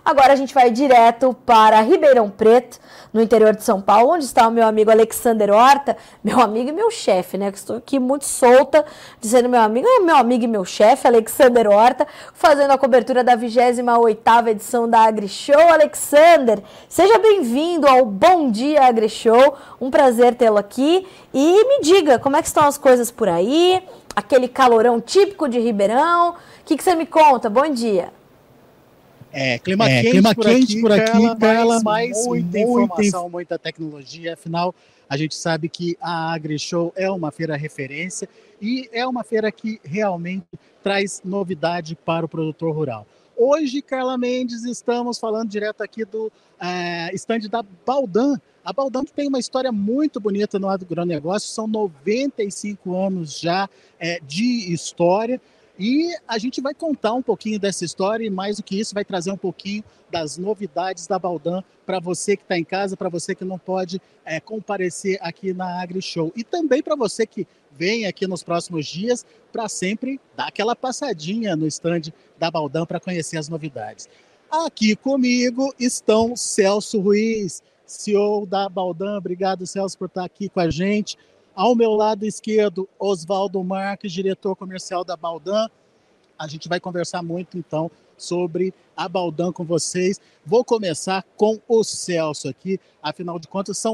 Agora a gente vai direto para Ribeirão Preto, no interior de São Paulo, onde está o meu amigo Alexander Horta, meu amigo e meu chefe, né? Que estou aqui muito solta, dizendo meu amigo e meu chefe, Alexander Horta, fazendo a cobertura da 28ª edição da AgriShow. Alexander, seja bem-vindo ao Bom Dia AgriShow, um prazer tê-lo aqui. E me diga, como é que estão as coisas por aí? Aquele calorão típico de Ribeirão? O que você me conta? Bom dia. Clima quente por aqui, Carla, mas muita informação, muita tecnologia. Afinal, a gente sabe que a AgriShow é uma feira referência e é uma feira que realmente traz novidade para o produtor rural. Hoje, Carla Mendes, estamos falando direto aqui do stand da Baldan. A Baldan que tem uma história muito bonita no agronegócio, são 95 anos já de história. E a gente vai contar um pouquinho dessa história e, mais do que isso, vai trazer um pouquinho das novidades da Baldan para você que está em casa, para você que não pode comparecer aqui na AgriShow. E também para você que vem aqui nos próximos dias para sempre dar aquela passadinha no stand da Baldan para conhecer as novidades. Aqui comigo estão Celso Ruiz, CEO da Baldan. Obrigado, Celso, por estar aqui com a gente. Ao meu lado esquerdo, Oswaldo Marques, diretor comercial da Baldan. A gente vai conversar muito, então, sobre a Baldan com vocês. Vou começar com o Celso aqui. Afinal de contas, são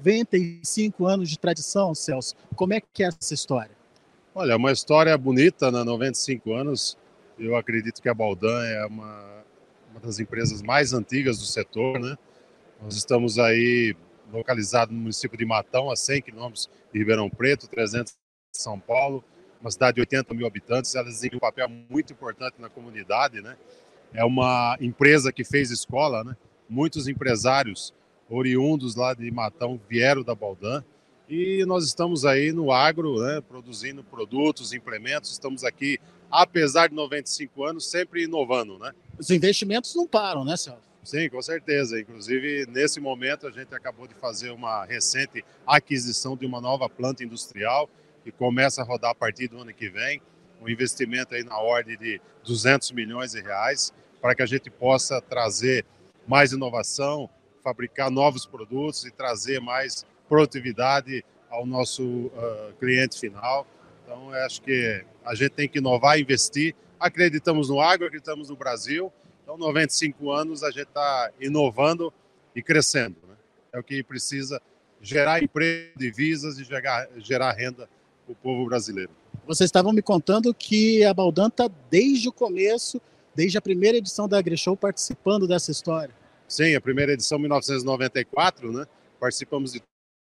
95 anos de tradição, Celso. Como é que é essa história? Olha, é uma história bonita, né? 95 anos. Eu acredito que a Baldan é uma das empresas mais antigas do setor, né? Nós estamos aí localizado no município de Matão, a 100 quilômetros de Ribeirão Preto, 300 de São Paulo, uma cidade de 80 mil habitantes. Ela desempenha um papel muito importante na comunidade, né? É uma empresa que fez escola, né? Muitos empresários oriundos lá de Matão vieram da Baldan e nós estamos aí no agro, né? Produzindo produtos, implementos. Estamos aqui, apesar de 95 anos, sempre inovando, né? Os investimentos não param, né, Celso? Sim, com certeza. Inclusive, nesse momento, a gente acabou de fazer uma recente aquisição de uma nova planta industrial que começa a rodar a partir do ano que vem. Um investimento aí na ordem de 200 milhões de reais para que a gente possa trazer mais inovação, fabricar novos produtos e trazer mais produtividade ao nosso cliente final. Então, eu acho que a gente tem que inovar, investir. Acreditamos no agro, acreditamos no Brasil. Então, 95 anos, a gente está inovando e crescendo, né? É o que precisa gerar emprego, divisas e gerar renda para o povo brasileiro. Vocês estavam me contando que a Baldan está desde o começo, desde a primeira edição da AgriShow, participando dessa história. Sim, a primeira edição, 1994, né? Participamos de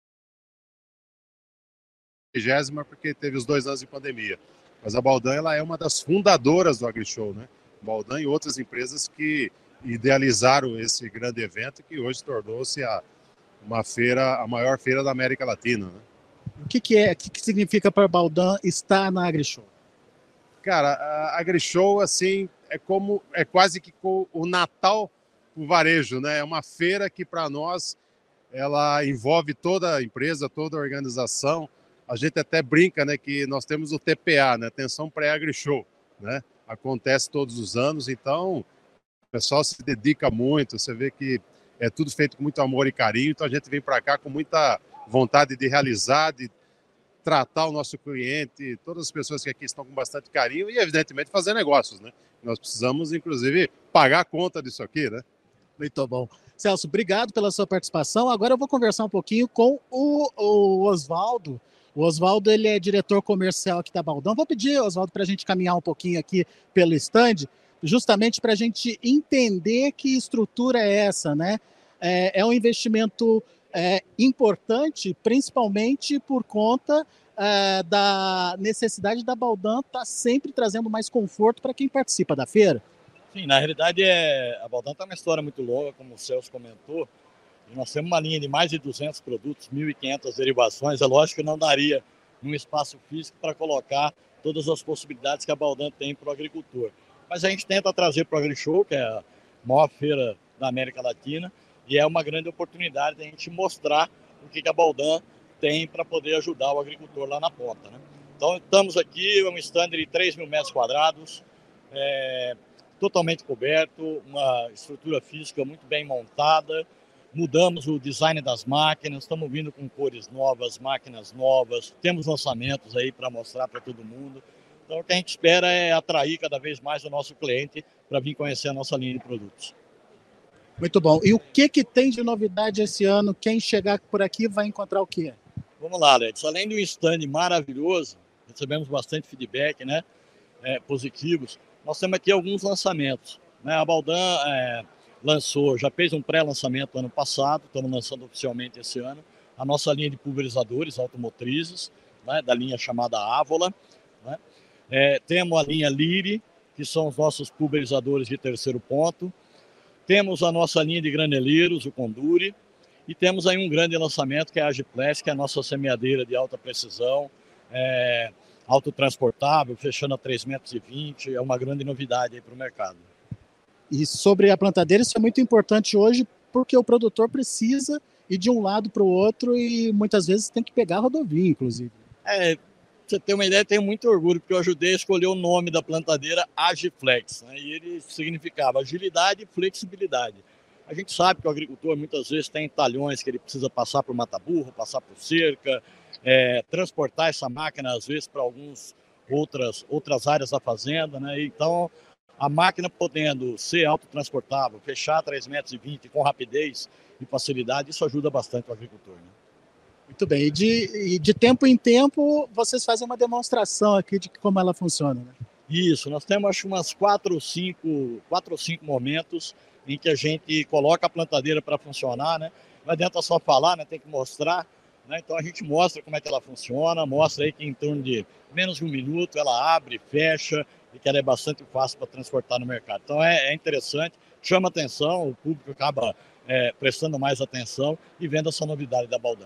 30ª, porque teve os 2 anos de pandemia. Mas a Baldan, ela é uma das fundadoras do AgriShow, né? Baldan e outras empresas que idealizaram esse grande evento que hoje tornou-se a maior feira da América Latina, né? O que significa para a Baldan estar na AgriShow? Cara, a AgriShow, assim, é quase que o Natal o varejo, né? É uma feira que para nós ela envolve toda a empresa, toda a organização. A gente até brinca, né, que nós temos o TPA, né, Atenção Pré-AgriShow, né? Acontece todos os anos, então o pessoal se dedica muito, você vê que é tudo feito com muito amor e carinho, então a gente vem para cá com muita vontade de realizar, de tratar o nosso cliente, todas as pessoas que aqui estão com bastante carinho e, evidentemente, fazer negócios, né? Nós precisamos, inclusive, pagar a conta disso aqui, né? Muito bom. Celso, obrigado pela sua participação. Agora eu vou conversar um pouquinho com o Oswaldo. O Oswaldo, ele é diretor comercial aqui da Baldan. Vou pedir, Oswaldo, para a gente caminhar um pouquinho aqui pelo stand, justamente para a gente entender que estrutura é essa, né? É um investimento importante, principalmente por conta da necessidade da Baldan estar sempre trazendo mais conforto para quem participa da feira. Sim, na realidade, a Baldan tem uma história muito longa, como o Celso comentou. Nós temos uma linha de mais de 200 produtos, 1.500 derivações. É lógico que não daria um espaço físico para colocar todas as possibilidades que a Baldan tem para o agricultor. Mas a gente tenta trazer para o AgriShow, que é a maior feira da América Latina, e é uma grande oportunidade de a gente mostrar o que a Baldan tem para poder ajudar o agricultor lá na ponta, né? Então, estamos aqui, é um stand de 3 mil metros quadrados, totalmente coberto, uma estrutura física muito bem montada, mudamos o design das máquinas, estamos vindo com cores novas, máquinas novas, temos lançamentos aí para mostrar para todo mundo. Então, o que a gente espera é atrair cada vez mais o nosso cliente para vir conhecer a nossa linha de produtos. Muito bom. E o que tem de novidade esse ano? Quem chegar por aqui vai encontrar o quê? Vamos lá, Alex. Além de um stand maravilhoso, recebemos bastante feedback, né, positivos, nós temos aqui alguns lançamentos. Né? A Baldan lançou, já fez um pré-lançamento ano passado, estamos lançando oficialmente esse ano, a nossa linha de pulverizadores automotrizes, né, da linha chamada Ávola. Né? Temos a linha Liri, que são os nossos pulverizadores de terceiro ponto. Temos a nossa linha de graneleiros, o Conduri, e temos aí um grande lançamento que é a Agiplex, que é a nossa semeadeira de alta precisão, autotransportável, fechando a 3,20 metros, é uma grande novidade aí para o mercado. E sobre a plantadeira, isso é muito importante hoje, porque o produtor precisa ir de um lado para o outro e muitas vezes tem que pegar a rodovia, inclusive. Pra você ter uma ideia, tenho muito orgulho, porque eu ajudei a escolher o nome da plantadeira Agiflex, né? E ele significava agilidade e flexibilidade. A gente sabe que o agricultor muitas vezes tem talhões que ele precisa passar por mata-burro, passar por cerca, transportar essa máquina às vezes para algumas outras áreas da fazenda, né? Então, a máquina podendo ser autotransportável, fechar 3,20 metros com rapidez e facilidade, isso ajuda bastante o agricultor, né? Muito bem. E de tempo em tempo, vocês fazem uma demonstração aqui de como ela funciona, né? Isso, nós temos acho umas 4 ou 5 momentos em que a gente coloca a plantadeira para funcionar, né? Não adianta só falar, né? Tem que mostrar, né? Então a gente mostra como é que ela funciona, mostra aí que em torno de menos de 1 minuto ela abre, fecha e que ela é bastante fácil para transportar no mercado. Então é interessante, chama atenção, o público acaba prestando mais atenção e vendo essa novidade da Baldan.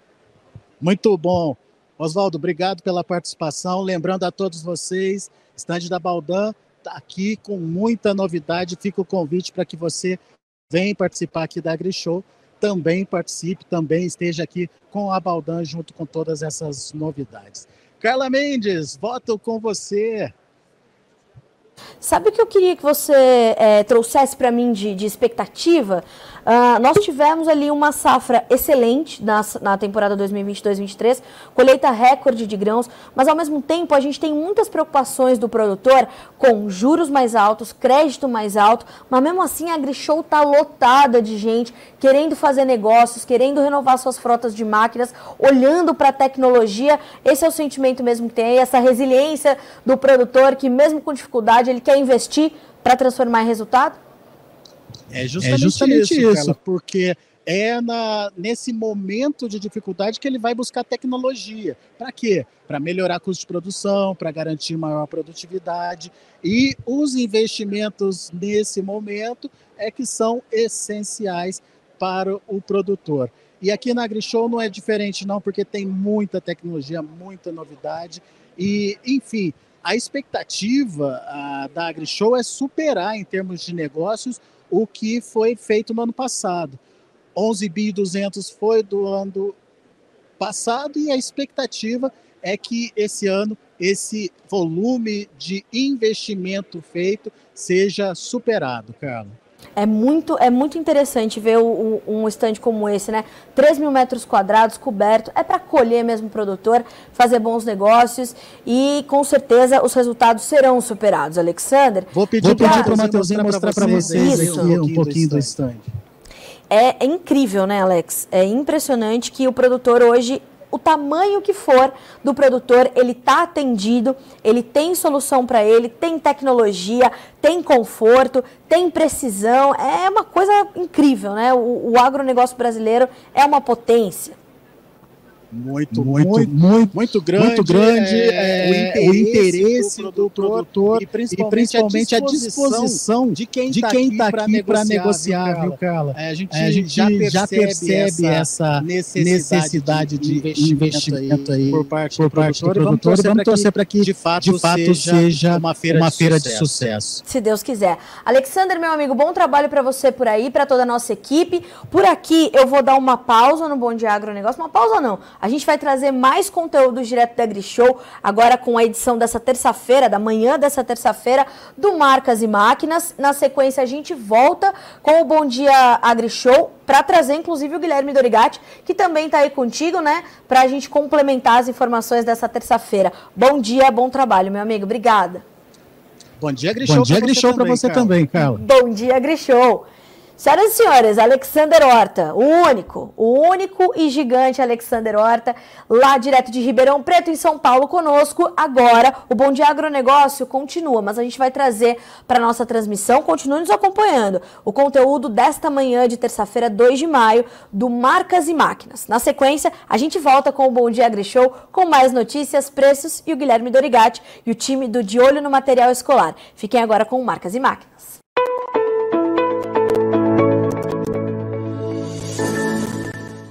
Muito bom. Oswaldo, obrigado pela participação. Lembrando a todos vocês, estande da Baldan está aqui com muita novidade. Fica o convite para que você venha participar aqui da AgriShow. Também participe, também esteja aqui com a Baldan junto com todas essas novidades. Carla Mendes, volto com você. Sabe o que eu queria que você trouxesse para mim de expectativa? Nós tivemos ali uma safra excelente na temporada 2022-23, colheita recorde de grãos, mas ao mesmo tempo a gente tem muitas preocupações do produtor com juros mais altos, crédito mais alto, mas mesmo assim a AgriShow está lotada de gente querendo fazer negócios, querendo renovar suas frotas de máquinas, olhando para a tecnologia. Esse é o sentimento mesmo que tem aí, essa resiliência do produtor que mesmo com dificuldade ele quer investir para transformar em resultado? É justamente isso, Carla, porque nesse momento de dificuldade que ele vai buscar tecnologia. Para quê? Para melhorar custo de produção, para garantir maior produtividade. E os investimentos nesse momento que são essenciais para o produtor. E aqui na AgriShow não é diferente não, porque tem muita tecnologia, muita novidade. E, enfim, a expectativa da AgriShow é superar, em termos de negócios, o que foi feito no ano passado. 11.200 foi do ano passado e a expectativa é que esse ano esse volume de investimento feito seja superado, Carla. É muito interessante ver um stand como esse, né? 3.000 metros quadrados, coberto, é para colher mesmo o produtor, fazer bons negócios e com certeza os resultados serão superados. Alexander? Vou pedir para o Matheusinho mostrar para vocês aqui um pouquinho do stand. É incrível, né, Alex? É impressionante que o produtor hoje, o tamanho que for do produtor, ele está atendido, ele tem solução para ele, tem tecnologia, tem conforto, tem precisão. É uma coisa incrível, né? O agronegócio brasileiro é uma potência. Muito grande o interesse do produtor e principalmente a disposição de quem está aqui para negociar, viu, Carla? A gente já percebe essa necessidade de investimento aí por parte do produtor. Vamos torcer para que de fato seja uma feira de sucesso. Se Deus quiser. Alexander, meu amigo, bom trabalho para você por aí, para toda a nossa equipe. Por aqui eu vou dar uma pausa no Bom Dia Agronegócio. Uma pausa não. A gente vai trazer mais conteúdos direto da AgriShow, agora com a edição dessa terça-feira, da manhã dessa terça-feira, do Marcas e Máquinas. Na sequência, a gente volta com o Bom Dia AgriShow, para trazer, inclusive, o Guilherme Dorigatti, que também está aí contigo, né? Para a gente complementar as informações dessa terça-feira. Bom dia, bom trabalho, meu amigo. Obrigada. Bom dia, AgriShow para você também, Carla. Bom dia, AgriShow. Senhoras e senhores, Alexander Horta, o único e gigante Alexander Horta, lá direto de Ribeirão Preto, em São Paulo, conosco. Agora, o Bom Dia Agronegócio continua, mas a gente vai trazer para nossa transmissão, continue nos acompanhando, o conteúdo desta manhã de terça-feira, 2 de maio, do Marcas e Máquinas. Na sequência, a gente volta com o Bom Dia AgriShow, com mais notícias, preços e o Guilherme Dorigatti e o time do De Olho no Material Escolar. Fiquem agora com o Marcas e Máquinas.